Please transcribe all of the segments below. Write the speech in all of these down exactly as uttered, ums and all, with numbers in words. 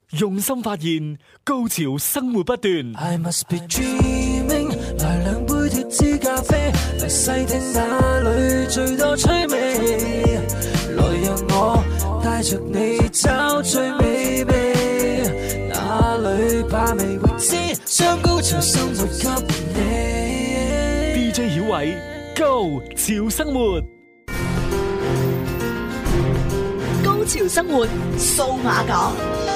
用心發現，高潮生活不斷。 I must be dreaming， 來兩杯脫脂咖啡，嚟細聽哪裏最多趣味，來讓我帶着你找最美味，哪裏把味會知，將高潮生活給你。 D J 曉偉，高潮生活， 高潮生活數碼港。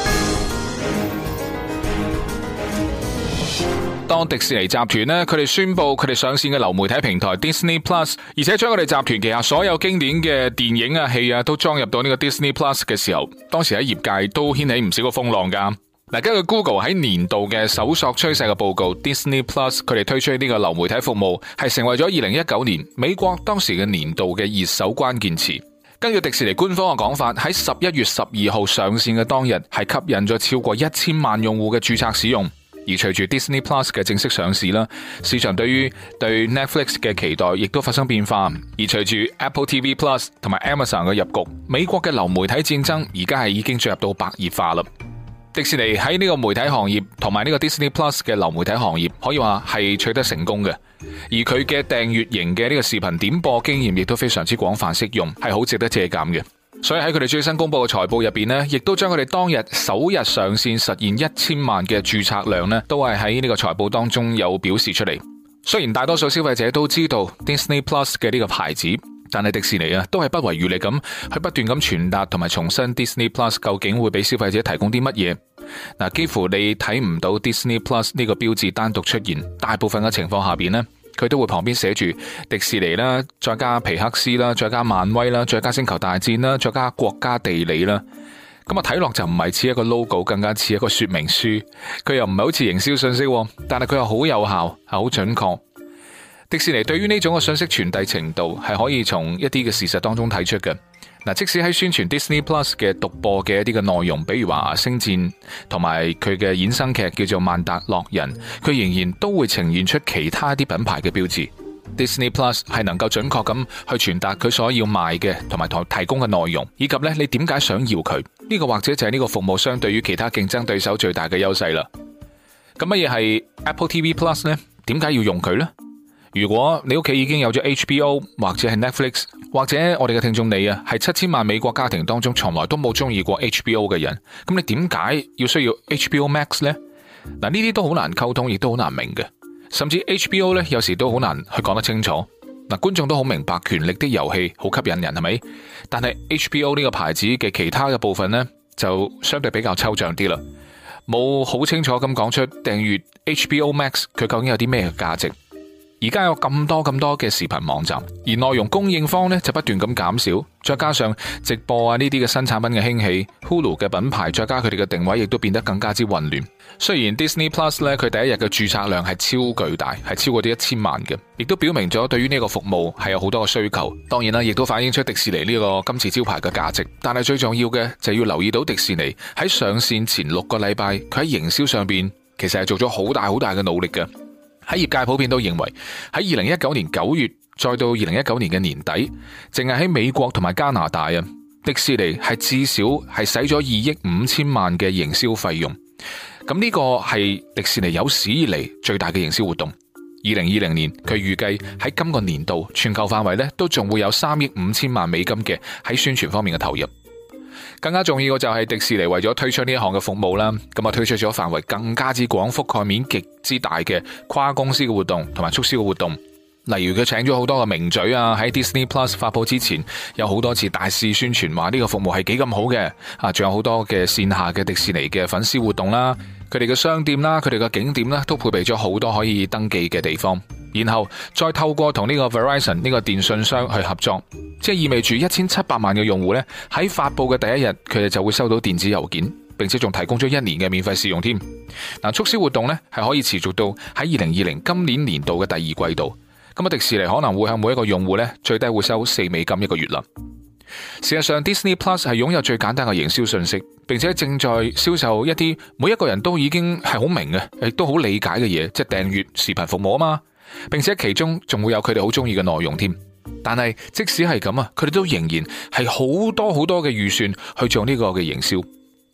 當迪士尼集團呢，佢哋宣布佢哋上線嘅流媒體平台 Disney Plus， 而且將佢哋集團旗下所有經典嘅電影啊、戲啊都裝入到呢個 Disney Plus 嘅時候，當時喺業界都掀起唔少個風浪噶。嗱，根據 Google 喺年度嘅搜索趨勢嘅報告 ，Disney Plus 佢哋推出呢個流媒體服務係成為咗二零一九年美國當時嘅年度嘅熱搜關鍵詞。根據迪士尼官方嘅講法，喺十一月十二號上線嘅當日係吸引咗超過一千萬用戶嘅註冊使用。而隨住 Disney Plus 嘅正式上市啦，市場對於對 Netflix 嘅期待亦都發生變化。而隨住 Apple T V Plus 同埋 Amazon 嘅入局，美國嘅流媒體戰爭而家係已經進入到白熱化啦。迪士尼喺呢個媒體行業同埋呢個 Disney Plus 嘅流媒體行業可以話係取得成功嘅，而佢嘅訂閱型嘅呢個視頻點播經驗亦都非常之廣泛適用，係好值得借鑒嘅。所以喺佢哋最新公布嘅財報入邊呢，亦都將佢哋當日首日上線實現一千萬嘅註冊量呢，都係喺呢個財報當中有表示出嚟。雖然大多數消費者都知道 Disney Plus 嘅呢個牌子，但係迪士尼啊都係不遺餘力咁去不斷咁傳達同埋重申 Disney Plus 究竟會俾消費者提供啲乜嘢。嗱，幾乎你睇唔到 Disney Plus 呢個標誌單獨出現，大部分嘅情況下邊呢，佢都會旁邊寫住迪士尼啦，再加皮克斯啦，再加漫威啦，再加星球大戰啦，再加國家地理啦。咁啊睇落就唔係似一個 logo， 更加似一個說明書。佢又唔係好似營銷信息，但係佢又好有效，係好準確。迪士尼對於呢種嘅信息傳遞程度係可以從一啲嘅事實當中睇出嘅。嗱，即使喺宣傳 Disney Plus 嘅獨播嘅一啲嘅內容，比如話星戰同埋佢嘅衍生劇叫做曼達洛人，佢仍然都會呈現出其他一啲品牌嘅標誌。Disney Plus 係能夠準確咁去傳達佢所要賣嘅同埋提供嘅內容，以及咧你點解想要佢呢、呢個，或者就係呢個服務相對於其他競爭對手最大嘅優勢啦。咁乜嘢係 Apple T V Plus 呢？點解要用佢呢？如果你屋企已經有咗 H B O 或者係 Netflix， 或者我哋嘅聽眾你啊係七千萬美國家庭當中從來都冇中意過 H B O 嘅人，咁你點解要需要 H B O Max 呢？嗱，呢啲都好難溝通，亦都好難明嘅，甚至 H B O 咧有時都好難去講得清楚。嗱，觀眾都好明白權力的遊戲好吸引人係咪？但係 H B O 呢個牌子嘅其他嘅部分呢，就相對比較抽象啲啦，冇好清楚咁講出訂閱 H B O Max 佢究竟有啲咩價值。而家有咁多咁多嘅視頻網站，而內容供應方呢就不斷咁減少，再加上直播啊呢啲嘅新產品嘅興起 ，Hulu 嘅品牌再加佢哋嘅定位亦都變得更加之混亂。雖然 Disney Plus 呢佢第一日嘅註冊量係超巨大，係超過啲一千萬嘅，亦都表明咗對於呢個服務係有好多嘅需求。當然啦，亦都反映出迪士尼呢個金字招牌嘅價值。但係最重要嘅就係要留意到迪士尼喺上線前六個禮拜，佢喺營銷上邊其實係做咗好大好大嘅努力嘅。喺業界普遍都認為，喺二零一九年九月再到二零一九年嘅年底，淨係喺美國同埋加拿大啊，迪士尼係至少係使咗二億五千萬嘅營銷費用。咁呢個係迪士尼有史以嚟最大嘅營銷活動。二零二零年佢預計喺今個年度全球範圍咧都仲會有三億五千萬美金嘅喺宣傳方面嘅投入。更加重要嘅就係迪士尼為咗推出呢一項嘅服務啦，咁啊推出咗範圍更加之廣、覆蓋面極之大嘅跨公司嘅活動同埋促銷嘅活動。例如佢請咗好多嘅名嘴啊，喺 Disney Plus 發佈之前有好多次大肆宣傳話呢個服務係幾咁好嘅啊，仲有好多嘅線下嘅迪士尼嘅粉絲活動啦，佢哋嘅商店啦，佢哋嘅景點啦，都配備咗好多可以登記嘅地方。然後再透過同呢個 Verizon 呢個電信商去合作，即係意味住一千七百萬嘅用戶呢，喺發佈嘅第一日，佢哋就會收到電子郵件，並且仲提供咗一年嘅免費試用添。嗱，促銷活動呢係可以持續到喺二零二零今年年度嘅第二季度。咁啊，迪士尼可能會向每一個用戶呢最低會收四美金一個月啦。事實上 Disney Plus 係擁有最簡單嘅營銷信息，並且正在銷售一啲每一個人都已經係好明嘅，亦都好理解嘅嘢，即係訂閱視頻服務啊嘛。並且其中仲會有佢哋好中意嘅內容添。但係即使係咁啊，佢哋都仍然係好多好多嘅預算去做呢個嘅營銷。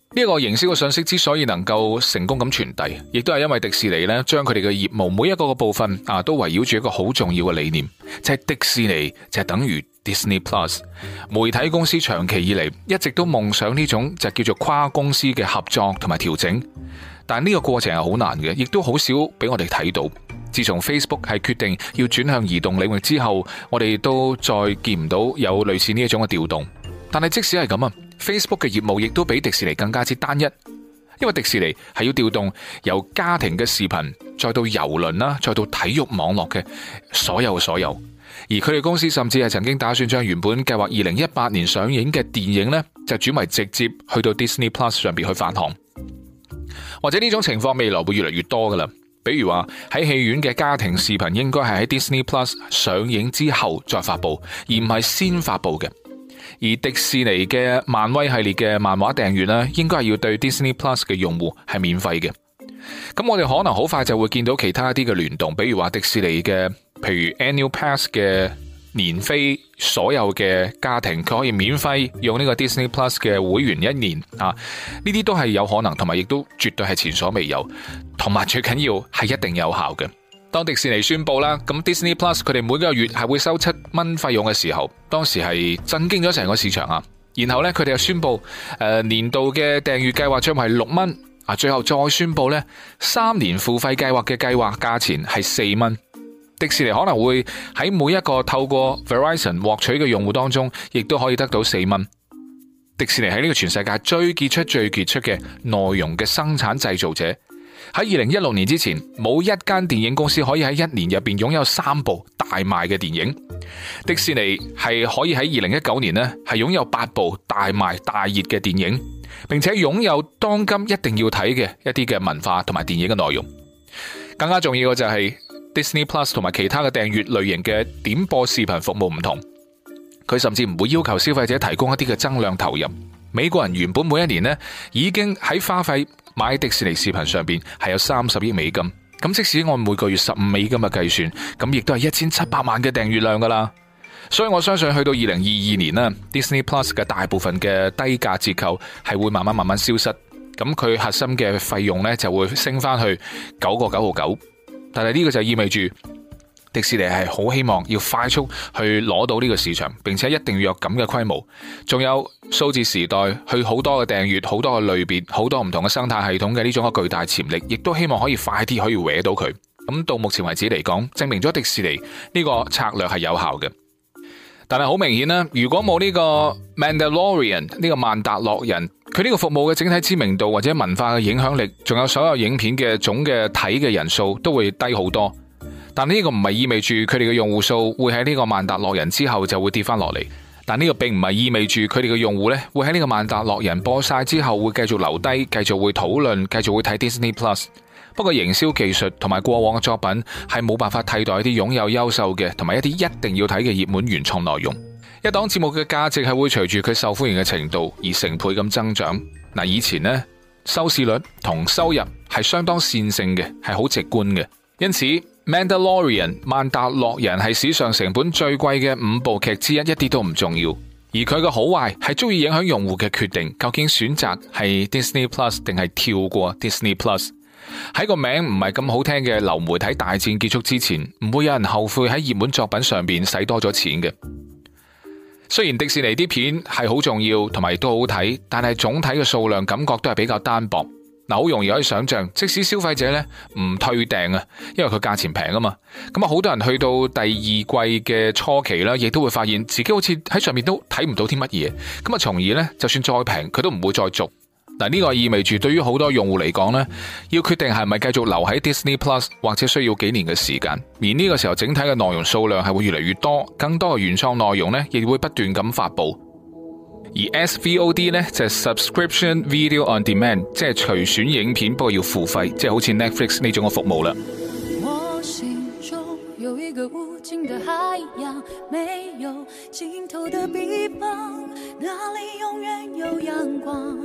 呢個營銷嘅信息之所以能夠成功咁傳遞，亦都係因為迪士尼咧將佢哋嘅業務每一個個部分啊，都圍繞住一個好重要嘅理念，就係迪士尼就係等於 Disney Plus。媒體公司長期以嚟一直都夢想呢種就叫做跨公司嘅合作同埋調整，但呢個過程係好難嘅，亦都好少俾我哋睇到。自從 Facebook 係決定要轉向移動領域之後，我哋都再見唔到有類似呢一種嘅調動。但係即使係咁啊，Facebook 嘅業務亦都比迪士尼更加之單一，因為迪士尼係要調動由家庭嘅視頻，再到郵輪啦，再到體育網絡嘅所有嘅所有。而佢哋公司甚至係曾經打算將原本計劃二零一八年上映嘅電影呢，就轉為直接去到 Disney Plus 上邊去發行。或者呢種情況未來會越嚟越多噶啦。比如話喺戲院嘅家庭視頻應該係喺 Disney Plus 上映之後再發布，而唔係先發布嘅。而迪士尼嘅漫威系列嘅漫畫訂閱呢，應該係要對 Disney Plus 嘅用戶係免費嘅。咁我哋可能好快就會見到其他一啲嘅聯動，比如話迪士尼嘅，譬如 Annual Pass 嘅年飛，所有嘅家庭佢可以免費用呢個 Disney Plus 嘅會員一年啊，呢啲都係有可能，同埋亦都絕對係前所未有，同埋最緊要係一定有效嘅。當迪士尼宣布啦，咁 Disney Plus 佢哋每個月係會收七蚊費用嘅時候，當時係震驚咗成個市場啊。然後呢，佢哋又宣布誒、呃、年度嘅訂閱計劃將係六蚊啊，最後再宣布呢三年付費計劃嘅計劃價錢係四蚊。迪士尼可能會喺每一個透過 Verizon 獲取嘅用戶當中，亦都可以得到四蚊。迪士尼喺呢個全世界最傑出、最傑出嘅內容嘅生產製造者。喺二零一六年之前，冇一間電影公司可以喺一年入邊擁有三部大賣嘅電影。迪士尼係可以喺二零一九年呢係擁有八部大賣大熱嘅電影，並且擁有當今一定要睇嘅一啲嘅文化同埋電影嘅內容。更加重要嘅就係、是。Disney Plus 同埋其他嘅訂閱類型嘅點播視頻服務唔同，佢甚至唔會要求消費者提供一啲嘅增量投入。美國人原本每一年呢已經喺花費買迪士尼視頻上邊係有三十億美金，咁即使按每個月十五美金嘅計算，咁亦都係一千七百萬嘅訂閱量噶啦。所以我相信去到二零二二年啦 ，Disney Plus 嘅大部分嘅低價折扣係會慢慢慢慢消失，咁佢核心嘅費用呢就會升翻去九個九毫九。但係呢個就意味住迪士尼係好希望要快速去攞到呢個市場，並且一定要有咁嘅規模，仲有數字時代去好多嘅訂閱、好多嘅類別、好多唔同嘅生態系統嘅呢種嘅巨大潛力，亦都希望可以快啲可以搲到佢。咁到目前為止嚟講，證明咗迪士尼呢個策略係有效嘅。但係好明顯啦，如果冇呢個 Mandalorian 呢個曼達洛人，佢呢個服務嘅整體知名度或者文化嘅影響力，仲有所有影片嘅總嘅睇嘅人數都會低好多。但呢個唔係意味住佢哋嘅用戶數會喺呢個曼達洛人之後就會跌翻落嚟。但呢個並唔係意味住佢哋嘅用戶呢會喺呢個曼達洛人播晒之後會繼續留低，繼續會討論，繼續會睇 Disney Plus。不過營銷技術同埋過往嘅作品係冇辦法替代一啲擁有優秀嘅同埋一啲一定要睇嘅熱門原創內容。一檔節目嘅價值係會隨住佢受歡迎嘅程度而成倍咁增長。嗱，以前呢，收視率同收入係相當線性嘅，係好直觀嘅。因此 Mandalorian 曼達洛人係史上成本最貴嘅五部劇之一，一啲都唔重要。而佢嘅好壞係足以影響用戶嘅決定，究竟選擇係 Disney Plus 定係跳過 Disney Plus。喺個名唔係咁好聽嘅流媒體大戰結束之前，唔會有人後悔喺熱門作品上邊使多咗錢嘅。雖然迪士尼啲片係好重要同埋都好睇，但係總體嘅數量感覺都係比較單薄。嗱，好容易可以想象，即使消費者咧唔退訂啊，因為佢價錢平啊嘛，咁啊好多人去到第二季嘅初期啦，亦都會發現自己好似喺上面都睇唔到啲乜嘢，咁啊從而咧就算再平，佢都唔會再續。嗱，呢個意味住對於好多用戶嚟講呢，要決定係咪繼續留喺 Disney Plus， 或者需要幾年嘅時間。而呢個時候，整體嘅內容數量係會越嚟越多，更多嘅原創內容呢亦會不斷咁發布。而 S V O D 呢，就係 Subscription Video on Demand， 即係隨選影片，不過要付費，即係好似 Netflix 呢種嘅服務啦。 我心中有一個無盡的海洋，沒有盡頭的地方，那裡永遠有陽光。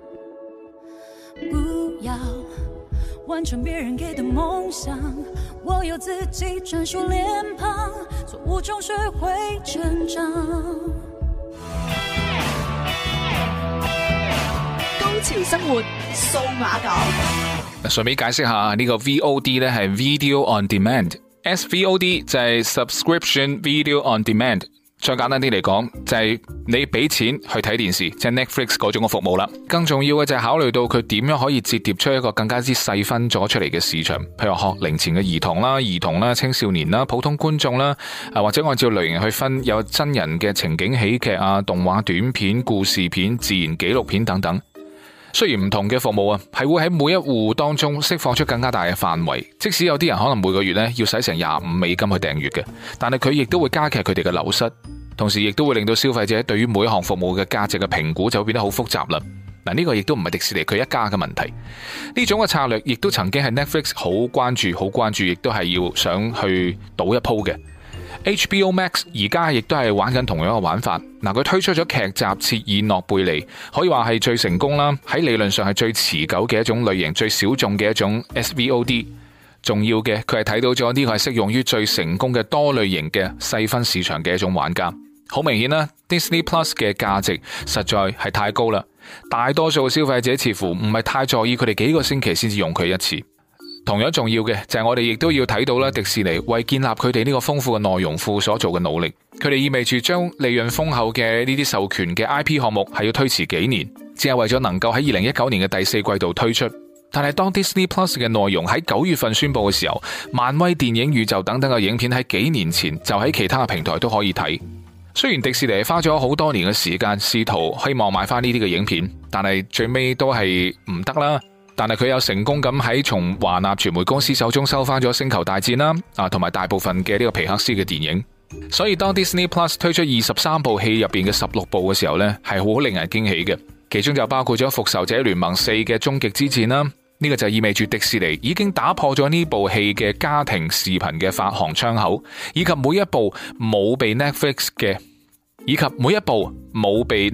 不要完成別人給的夢想，我有自己專屬臉龐，錯誤中學會成長。 高潮生活數碼港。 順便解釋下呢個 V O D 咧係 Video on Demand，S V O D 就係 Subscription Video on Demand。再簡單啲嚟講，就係你俾錢去睇電視，即係 Netflix 嗰種嘅服務啦。更重要嘅就係考慮到佢點樣可以折疊出一個更加之細分咗出嚟嘅市場，譬如學齡前嘅兒童啦、兒童啦、青少年啦、普通觀眾啦，啊或者按照類型去分，有真人嘅情景喜劇啊、動畫短片、故事片、自然紀錄片等等。雖然唔同嘅服務啊，係會喺每一戶當中釋放出更加大嘅範圍，即使有啲人可能每個月咧要使成廿五美金去訂閱嘅，但係佢亦都會加劇佢哋嘅流失，同時亦都會令到消費者對於每一項服務嘅價值嘅評估就會變得好複雜啦。嗱，呢個亦都唔係迪士尼佢一家嘅問題，呢種嘅策略亦都曾經係 Netflix 好關注、好關注，亦都係要想去賭一鋪嘅。H B O Max 而家亦都係玩緊同樣嘅玩法，嗱，佢推出咗劇集《切爾諾貝利》，可以話係最成功啦，喺理論上係最持久嘅一種類型，最小眾嘅一種 S V O D。重要嘅佢係睇到咗呢個係適用於最成功嘅多類型嘅細分市場嘅一種玩家。好明顯啦 ，Disney Plus 嘅價值實在係太高啦，大多數消費者似乎唔係太在意佢哋幾個星期先至用佢一次。同樣重要嘅就係我哋亦都要睇到啦，迪士尼為建立佢哋呢個豐富嘅內容庫所做嘅努力，佢哋意味住將利潤豐厚嘅呢啲授權嘅 I P 項目係要推遲幾年，只係為咗能夠喺二零一九年嘅第四季度推出。但係當 Disney Plus 嘅內容喺九月份宣布嘅時候，漫威電影宇宙等等嘅影片喺幾年前就喺其他嘅平台都可以睇。雖然迪士尼花咗好多年嘅時間試圖希望買翻呢啲嘅影片，但係最尾都係唔得啦。但係佢有成功咁喺從華納傳媒公司手中收翻咗星球大戰啦，啊同埋大部分嘅呢個皮克斯嘅電影。所以當 Disney Plus 推出二十三部戲入邊嘅十六部嘅時候呢，係好令人驚喜嘅。其中就包括咗復仇者聯盟四嘅終極之戰啦，呢個就意味住迪士尼已經打破咗呢部戲嘅家庭視頻嘅發行窗口，以及每一部冇被 Netflix 嘅，以及每一部冇被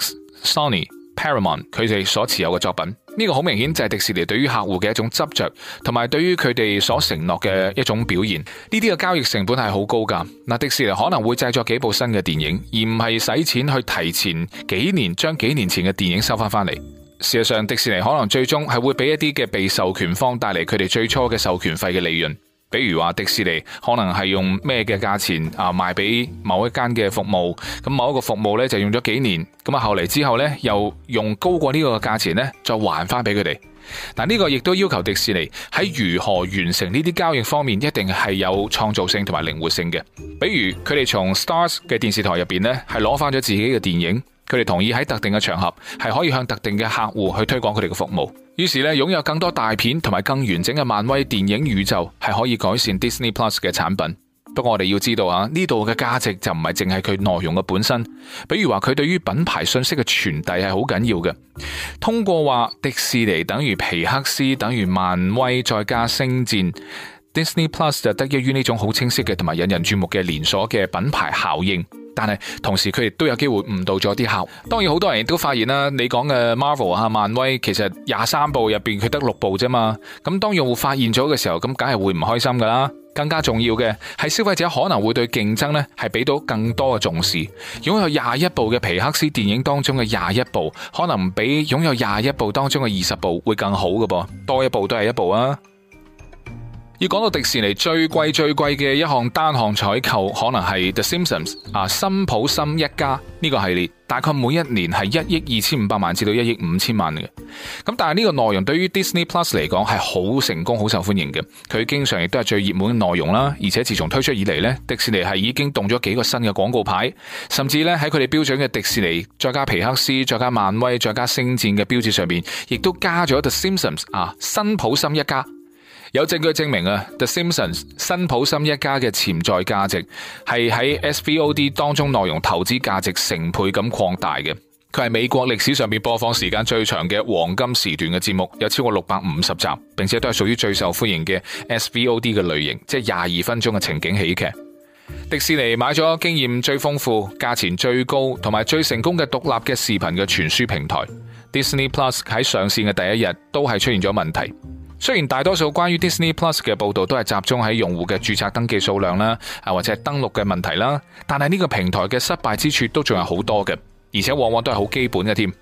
Netflix、Sony、Paramount 佢哋所持有嘅作品。呢個好明顯就係迪士尼對於客戶嘅一種執着，同埋對於佢哋所承諾嘅一種表現。呢啲嘅交易成本係好高噶。嗱，迪士尼可能會製作幾部新嘅電影，而唔係使錢去提前幾年將幾年前嘅電影收翻翻嚟。事實上，迪士尼可能最終係會俾一啲嘅被授權方帶嚟佢哋最初嘅授權費嘅利潤。比如話迪士尼可能係用咩嘅價錢啊賣俾某一間嘅服務，咁某一個服務咧就用咗幾年，咁啊後嚟之後咧又用高過呢個價錢咧再還翻俾佢哋。但呢個亦都要求迪士尼喺如何完成呢啲交易方面一定係有創造性同埋靈活性嘅。比如佢哋從 Stars 嘅電視台入邊咧係攞翻咗自己嘅電影，佢哋同意喺特定嘅場合係可以向特定嘅客戶去推廣佢哋嘅服務。於是咧，擁有更多大片同埋更完整嘅漫威電影宇宙係可以改善 Disney Plus 嘅產品。不過我哋要知道啊，呢度嘅價值就唔係淨係佢內容嘅本身，比如話佢對於品牌信息嘅傳遞係好緊要嘅。通過話迪士尼等於皮克斯等於漫威再加星戰， Disney Plus 就得益於呢種好清晰嘅同埋引人注目嘅連鎖嘅品牌效應。但係同時佢亦都有機會誤導咗啲客。當然好多人亦都發現啦，你講嘅 Marvel 啊、漫威其實廿三部入邊佢得六部啫嘛。咁當用戶發現咗嘅時候，咁梗係會唔開心噶啦。更加重要嘅係消費者可能會對競爭呢係俾到更多嘅重視。擁有廿一部嘅皮克斯電影當中嘅廿一部，可能比擁有廿一部當中嘅二十部會更好嘅噃，多一部都係一部啊。要講到迪士尼最貴最貴嘅一項單項採購，可能係 The Simpsons 啊，辛普森一家呢個系列，大概每一年係一億二千五百萬至到一億五千萬嘅。咁但係呢個內容對於 Disney Plus 嚟講係好成功、好受歡迎嘅。佢經常亦都係最熱門嘅內容啦，而且自從推出以嚟呢，迪士尼係已經動咗幾個新嘅廣告牌，甚至咧喺佢哋標準嘅迪士尼再加皮克斯、再加漫威、再加星戰嘅標誌上面，亦都加咗 The Simpsons 啊，辛普森一家。有證據證明啊 The Simpsons 辛普森一家嘅潛在價值係喺 S V O D 當中內容投資價值成倍咁擴大嘅。佢係美國歷史上面播放時間最長嘅黃金時段嘅節目，有超過六百五十集，並且都係屬於最受歡迎嘅 S V O D 嘅類型，即係廿二分鐘嘅情景喜劇。迪士尼買咗經驗最豐富、價錢最高同埋最成功嘅獨立嘅視頻嘅傳輸平台 Disney Plus 喺上線嘅第一日都係出現咗問題。雖然大多數關於 Disney Plus 嘅報道都係集中喺用戶嘅註冊登記數量啦，啊或者係登錄嘅問題啦，但係呢個平台嘅失敗之處都仲有好多嘅，而且往往都係好基本嘅添。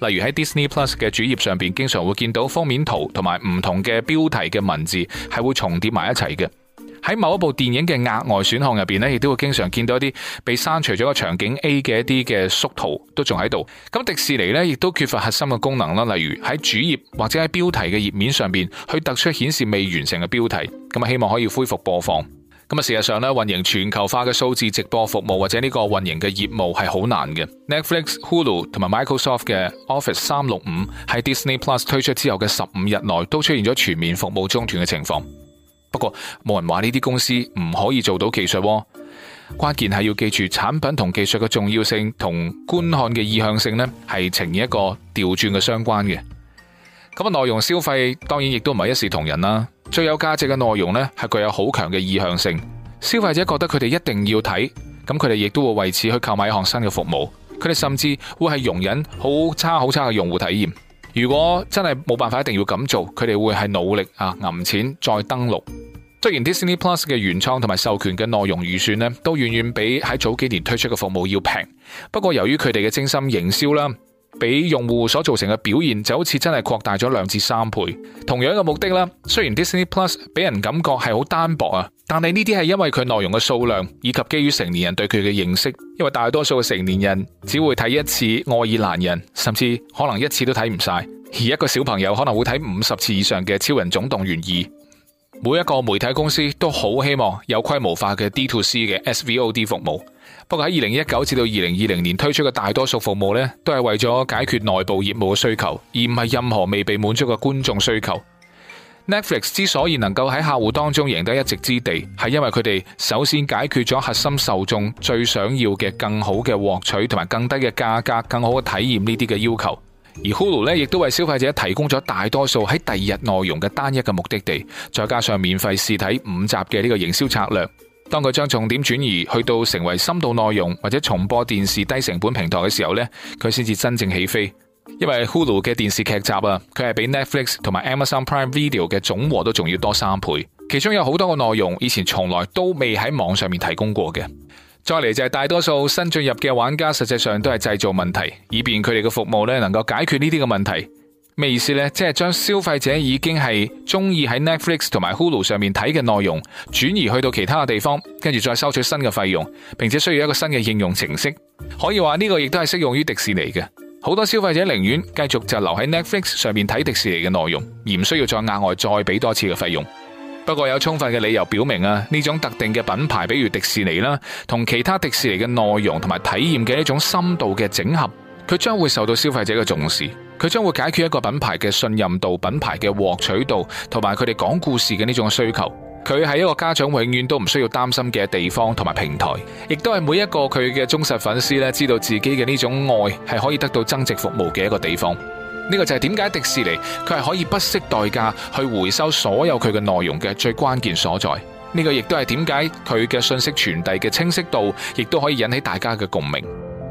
例如喺 Disney Plus 嘅主頁上邊，經常會見到封面圖同埋唔同嘅標題嘅文字係會重疊埋一齊嘅。喺某一部電影嘅額外選項入邊呢，亦都會經常見到一啲被刪除咗個場景 A 嘅一啲嘅縮圖都仲喺度。咁迪士尼呢，亦都缺乏核心嘅功能啦，例如喺主頁或者喺標題嘅頁面上邊去突出顯示未完成嘅標題。咁啊，希望可以恢復播放。咁啊，事實上呢，運營全球化嘅數字直播服務或者呢個運營嘅業務係好難嘅。Netflix、Hulu 同埋 Microsoft 嘅 Office 三六五喺 Disney Plus 推出之後嘅十五日內都出現咗全面服務中斷嘅情況。不過冇人話呢啲公司唔可以做到技術喎，關鍵係要記住產品同技術嘅重要性同觀看嘅意向性呢係呈現一個調轉嘅相關嘅。咁啊，內容消費當然亦都唔係一視同仁啦。最有價值嘅內容呢係具有好強嘅意向性，消費者覺得佢哋一定要睇，咁佢哋亦都會為此去購買一項新嘅服務。佢哋甚至會係容忍好差好差嘅用戶體驗。如果真係冇辦法一定要咁做，佢哋會係努力啊揞錢再登錄。雖然 Disney Plus 嘅原創同埋授權嘅內容預算呢都遠遠比喺早幾年推出嘅服務要平，不過由於佢哋嘅精心營銷啦，俾用戶所造成嘅表現就好似真係擴大咗兩至三倍。同樣嘅目的啦，雖然 Disney Plus 俾人感覺係好單薄啊，但係呢啲係因為佢內容嘅數量以及基於成年人對佢嘅認識，因為大多數嘅成年人只會睇一次愛爾蘭人，甚至可能一次都睇唔晒，而一個小朋友可能會睇五十次以上嘅超人總動員二。每一個媒體公司都好希望有規模化嘅 D to C 嘅 S V O D 服務，不過喺二零一九至到二零二零年推出嘅大多數服務呢，都係為咗解決內部業務嘅需求，而唔係任何未被滿足嘅觀眾需求。Netflix 之所以能夠喺客戶當中贏得一席之地，係因為佢哋首先解決咗核心受眾最想要嘅更好嘅獲取同埋更低嘅價格、更好嘅體驗呢啲嘅要求。而 Hulu 咧，亦都為消費者提供咗大多數喺第二日內容嘅單一嘅目的地，再加上免費試睇五集嘅呢個營銷策略。當佢將重點轉移去到成為深度內容或者重播電視低成本平台嘅時候呢，佢先至真正起飛。因為 Hulu 嘅電視劇集啊，佢係比 Netflix 同埋 Amazon Prime Video 嘅總和都仲要多三倍，其中有好多個內容以前從來都未喺網上面提供過嘅。再嚟就係大多數新進入嘅玩家，實際上都係製造問題，以便佢哋嘅服務咧能夠解決呢啲嘅問題。咩意思呢？即係將消費者已經係中意喺 Netflix 同埋 Hulu 上面睇嘅內容轉移去到其他嘅地方，跟住再收取新嘅費用，並且需要一個新嘅應用程式。可以話呢個亦都係適用於迪士尼嘅。好多消費者寧願繼續就留喺 Netflix 上面睇迪士尼嘅內容，而唔需要再額外再俾多次嘅費用。不過有充分嘅理由表明啊，呢種特定嘅品牌，比如迪士尼啦，同其他迪士尼嘅內容同埋體驗嘅一種深度嘅整合，佢將會受到消費者嘅重視。佢將會解決一個品牌嘅信任度、品牌嘅獲取度同埋佢哋講故事嘅呢種需求。佢係一個家長永遠都唔需要擔心嘅地方同埋平台，亦都係每一個佢嘅忠實粉絲咧，知道自己嘅呢種愛係可以得到增值服務嘅一個地方。呢個就係點解迪士尼佢係可以不惜代價去回收所有佢嘅內容嘅最關鍵所在。呢個亦都係點解佢嘅信息傳遞嘅清晰度，亦都可以引起大家嘅共鳴。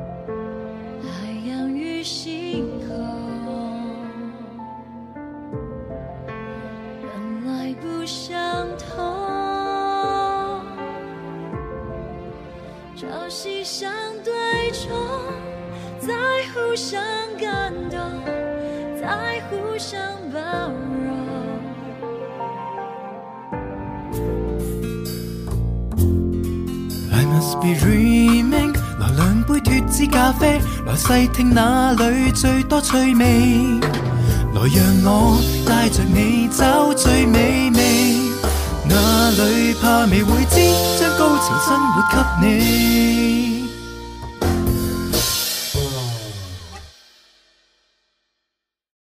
相對衝，再互相感動，再互相包容。 I must be dreaming， 來兩杯脫脂咖啡，來細聽哪裏最多趣味，來讓我帶着你找最美味，哪裏怕未會知，將高潮生活給你。